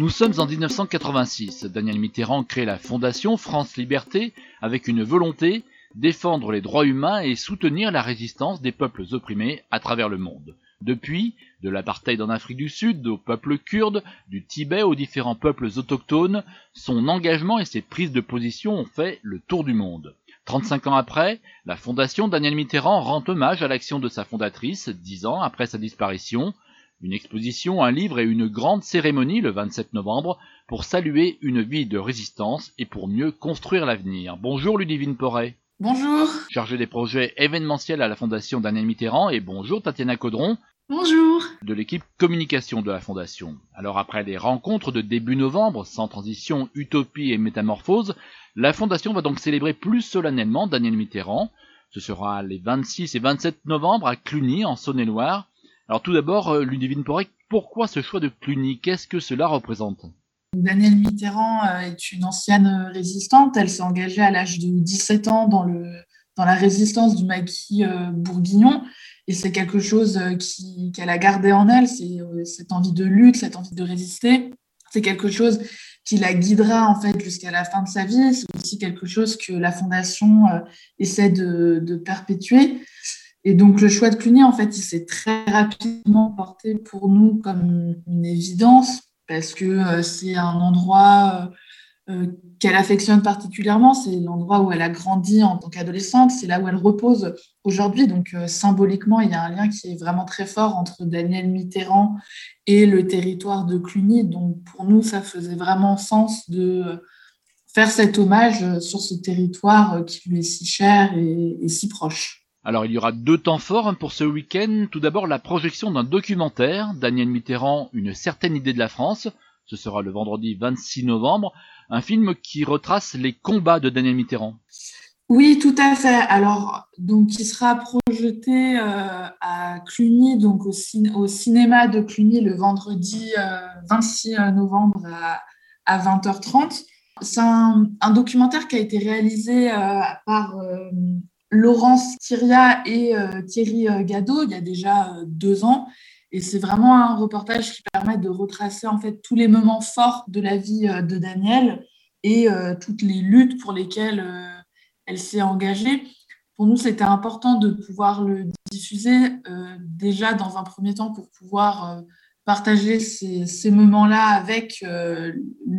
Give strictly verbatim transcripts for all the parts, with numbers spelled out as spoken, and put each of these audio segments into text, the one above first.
Nous sommes en dix-neuf cent quatre-vingt-six. Danielle Mitterrand crée la Fondation France Liberté avec une volonté, défendre les droits humains et soutenir la résistance des peuples opprimés à travers le monde. Depuis, de l'apartheid en Afrique du Sud au peuple kurde, du Tibet aux différents peuples autochtones, son engagement et ses prises de position ont fait le tour du monde. trente-cinq ans après, la Fondation Danielle Mitterrand rend hommage à l'action de sa fondatrice, dix ans après sa disparition. Une exposition, un livre et une grande cérémonie le vingt-sept novembre pour saluer une vie de résistance et pour mieux construire l'avenir. Bonjour Ludivine Porret. Bonjour. Chargée des projets événementiels à la Fondation Danielle Mitterrand, et bonjour Tatiana Caudron. Bonjour. De l'équipe communication de la Fondation. Alors après les rencontres de début novembre, sans transition, utopie et métamorphose, la Fondation va donc célébrer plus solennellement Danielle Mitterrand. Ce sera les vingt-six et vingt-sept novembre à Cluny, en Saône-et-Loire. Alors tout d'abord, Ludivine Porret, pourquoi ce choix de Cluny? Qu'est-ce que cela représente? Danielle Mitterrand est une ancienne résistante. Elle s'est engagée à l'âge de dix-sept ans dans, le, dans la résistance du maquis bourguignon. Et c'est quelque chose qui, qu'elle a gardé en elle, c'est cette envie de lutte, cette envie de résister. C'est quelque chose qui la guidera en fait jusqu'à la fin de sa vie. C'est aussi quelque chose que la Fondation essaie de, de perpétuer. Et donc, le choix de Cluny, en fait, il s'est très rapidement porté pour nous comme une évidence parce que euh, c'est un endroit euh, qu'elle affectionne particulièrement. C'est l'endroit où elle a grandi en tant qu'adolescente. C'est là où elle repose aujourd'hui. Donc, euh, symboliquement, il y a un lien qui est vraiment très fort entre Danielle Mitterrand et le territoire de Cluny. Donc, pour nous, ça faisait vraiment sens de faire cet hommage sur ce territoire qui lui est si cher et, et si proche. Alors il y aura deux temps forts pour ce week-end. Tout d'abord la projection d'un documentaire, Danielle Mitterrand, une certaine idée de la France. Ce sera le vendredi vingt-six novembre. Un film qui retrace les combats de Danielle Mitterrand. Oui, tout à fait. Alors, donc, il sera projeté euh, à Cluny, donc au, cin- au cinéma de Cluny le vendredi euh, vingt-six novembre à, à vingt heures trente. C'est un, un documentaire qui a été réalisé euh, par euh, Laurence Thiria et euh, Thierry euh, Gadot il y a déjà euh, deux ans. Et c'est vraiment un reportage qui permet de retracer en fait tous les moments forts de la vie euh, de Danielle et euh, toutes les luttes pour lesquelles euh, elle s'est engagée. Pour nous, c'était important de pouvoir le diffuser euh, déjà dans un premier temps pour pouvoir euh, partager ces, ces moments-là avec euh,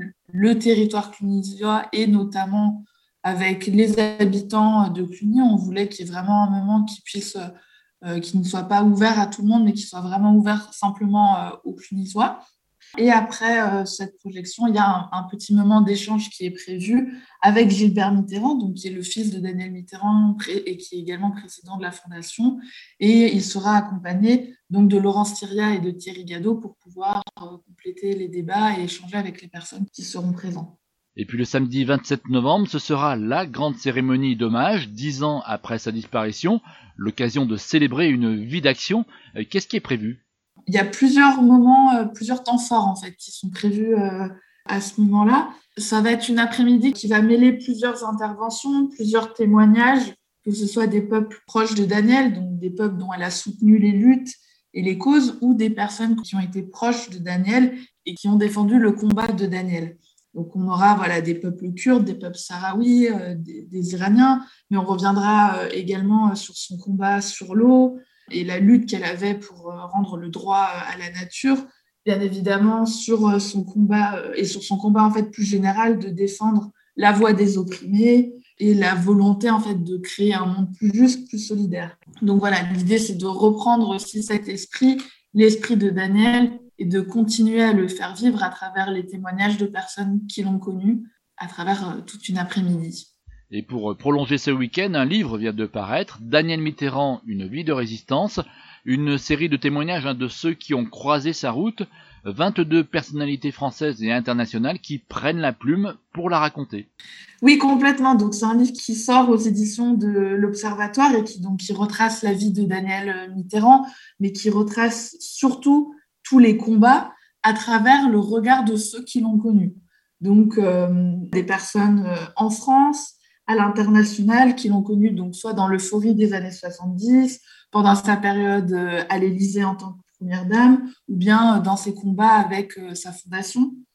le territoire clunysien et notamment avec les habitants de Cluny. On voulait qu'il y ait vraiment un moment qui puisse, euh, qui ne soit pas ouvert à tout le monde, mais qui soit vraiment ouvert simplement euh, aux Clunisois. Et après euh, cette projection, il y a un, un petit moment d'échange qui est prévu avec Gilbert Mitterrand, donc qui est le fils de Danielle Mitterrand et qui est également président de la Fondation. Et il sera accompagné donc de Laurence Thiria et de Thierry Gadot pour pouvoir euh, compléter les débats et échanger avec les personnes qui seront présentes. Et puis le samedi vingt-sept novembre, ce sera la grande cérémonie d'hommage, dix ans après sa disparition, l'occasion de célébrer une vie d'action. Qu'est-ce qui est prévu? Il y a plusieurs moments, euh, plusieurs temps forts en fait, qui sont prévus euh, à ce moment-là. Ça va être une après-midi qui va mêler plusieurs interventions, plusieurs témoignages, que ce soit des peuples proches de Danielle, donc des peuples dont elle a soutenu les luttes et les causes, ou des personnes qui ont été proches de Danielle et qui ont défendu le combat de Danielle. Donc, on aura voilà, des peuples kurdes, des peuples sahraouis, euh, des, des Iraniens, mais on reviendra euh, également sur son combat sur l'eau et la lutte qu'elle avait pour euh, rendre le droit euh, à la nature, bien évidemment sur euh, son combat euh, et sur son combat en fait plus général de défendre la voix des opprimés et la volonté en fait de créer un monde plus juste, plus solidaire. Donc voilà, l'idée c'est de reprendre aussi cet esprit, l'esprit de Danielle, et de continuer à le faire vivre à travers les témoignages de personnes qui l'ont connu à travers euh, toute une après-midi. Et pour prolonger ce week-end, un livre vient de paraître, Danielle Mitterrand, une vie de résistance, une série de témoignages hein, de ceux qui ont croisé sa route, vingt-deux personnalités françaises et internationales qui prennent la plume pour la raconter. Oui, complètement. Donc, c'est un livre qui sort aux éditions de l'Observatoire et qui, donc, qui retrace la vie de Danielle Mitterrand, mais qui retrace surtout tous les combats à travers le regard de ceux qui l'ont connu. Donc, euh, des personnes euh, en France, à l'international, qui l'ont connu donc soit dans l'euphorie des années soixante-dix, pendant sa période euh, à l'Élysée en tant que première dame, ou bien euh, dans ses combats avec euh, sa fondation.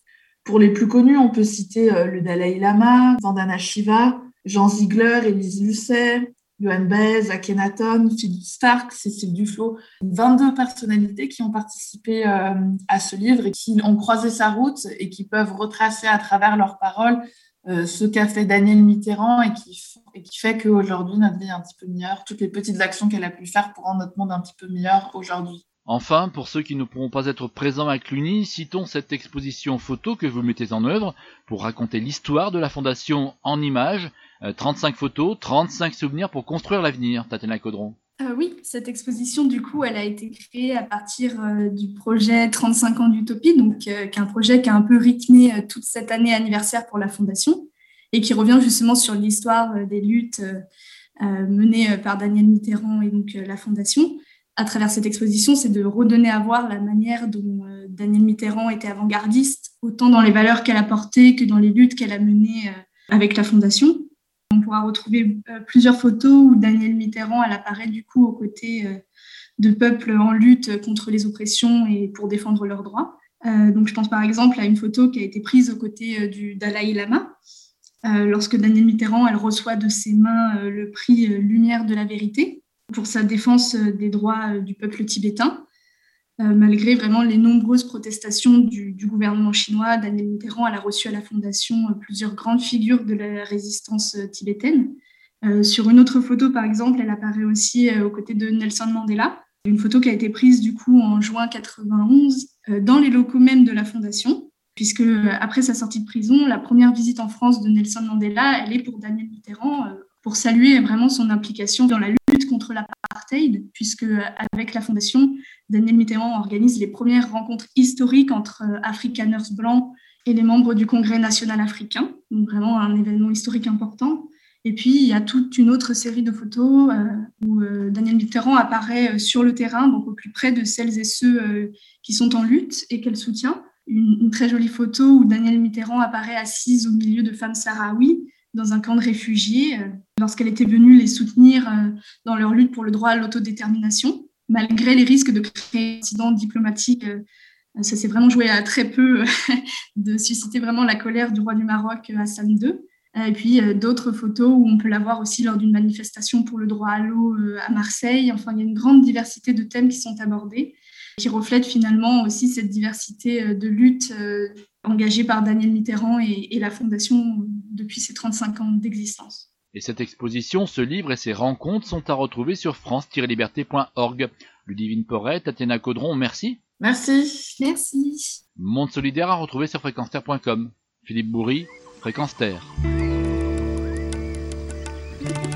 Pour les plus connus, on peut citer euh, le Dalai Lama, Vandana Shiva, Jean Ziegler, Élise Lucet, Johan Baez, Akhenaton, Philippe Stark, Cécile Duflot, vingt-deux personnalités qui ont participé euh, à ce livre et qui ont croisé sa route et qui peuvent retracer à travers leurs paroles euh, ce qu'a fait Danielle Mitterrand et qui, et qui fait qu'aujourd'hui notre vie est un petit peu meilleure, toutes les petites actions qu'elle a pu faire pour rendre notre monde un petit peu meilleur aujourd'hui. Enfin, pour ceux qui ne pourront pas être présents à Cluny, citons cette exposition photo que vous mettez en œuvre pour raconter l'histoire de la Fondation en images. Euh, trente-cinq photos, trente-cinq souvenirs pour construire l'avenir, Tatiana Caudron. Euh, oui, cette exposition, du coup, elle a été créée à partir euh, du projet trente-cinq ans d'Utopie, donc euh, qui est un projet qui a un peu rythmé euh, toute cette année anniversaire pour la Fondation et qui revient justement sur l'histoire euh, des luttes euh, euh, menées euh, par Danielle Mitterrand et donc euh, la Fondation. À travers cette exposition, c'est de redonner à voir la manière dont euh, Danielle Mitterrand était avant-gardiste, autant dans les valeurs qu'elle a portées que dans les luttes qu'elle a menées euh, avec la Fondation. On pourra retrouver euh, plusieurs photos où Danielle Mitterrand elle apparaît du coup aux côtés euh, de peuples en lutte contre les oppressions et pour défendre leurs droits. Euh, donc je pense par exemple à une photo qui a été prise aux côtés euh, du Dalai Lama, euh, lorsque Danielle Mitterrand elle reçoit de ses mains euh, le prix euh, Lumière de la vérité pour sa défense euh, des droits euh, du peuple tibétain. Euh, malgré vraiment les nombreuses protestations du, du gouvernement chinois, Danielle Mitterrand elle a reçu à la Fondation euh, plusieurs grandes figures de la résistance euh, tibétaine. Euh, sur une autre photo, par exemple, elle apparaît aussi euh, aux côtés de Nelson Mandela. Une photo qui a été prise du coup en juin quatre-vingt-onze euh, dans les locaux même de la Fondation, puisque euh, après sa sortie de prison, la première visite en France de Nelson Mandela, elle est pour Danielle Mitterrand, euh, pour saluer vraiment son implication dans la lutte contre l'apartheid, puisque avec la Fondation, Danielle Mitterrand organise les premières rencontres historiques entre Afrikaners blancs et les membres du Congrès national africain, donc vraiment un événement historique important. Et puis, il y a toute une autre série de photos euh, où euh, Danielle Mitterrand apparaît sur le terrain, donc au plus près de celles et ceux euh, qui sont en lutte et qu'elle soutient. Une, une très jolie photo où Danielle Mitterrand apparaît assise au milieu de femmes sahraouis dans un camp de réfugiés, euh, lorsqu'elle était venue les soutenir euh, dans leur lutte pour le droit à l'autodétermination. Malgré les risques de créer un incident diplomatique, euh, ça s'est vraiment joué à très peu de susciter vraiment la colère du roi du Maroc, Hassan deux. Et puis euh, d'autres photos où on peut la voir aussi lors d'une manifestation pour le droit à l'eau euh, à Marseille. Enfin, il y a une grande diversité de thèmes qui sont abordés, qui reflètent finalement aussi cette diversité euh, de lutte euh, engagée par Danielle Mitterrand et, et la Fondation depuis ses trente-cinq ans d'existence. Et cette exposition, ce livre et ses rencontres sont à retrouver sur france tiret liberté point org. Ludivine Porret, Tatiana Caudron, merci. Merci. Merci. Monde solidaire à retrouver sur fréquence terre point com. Philippe Bourry, Fréquence Terre.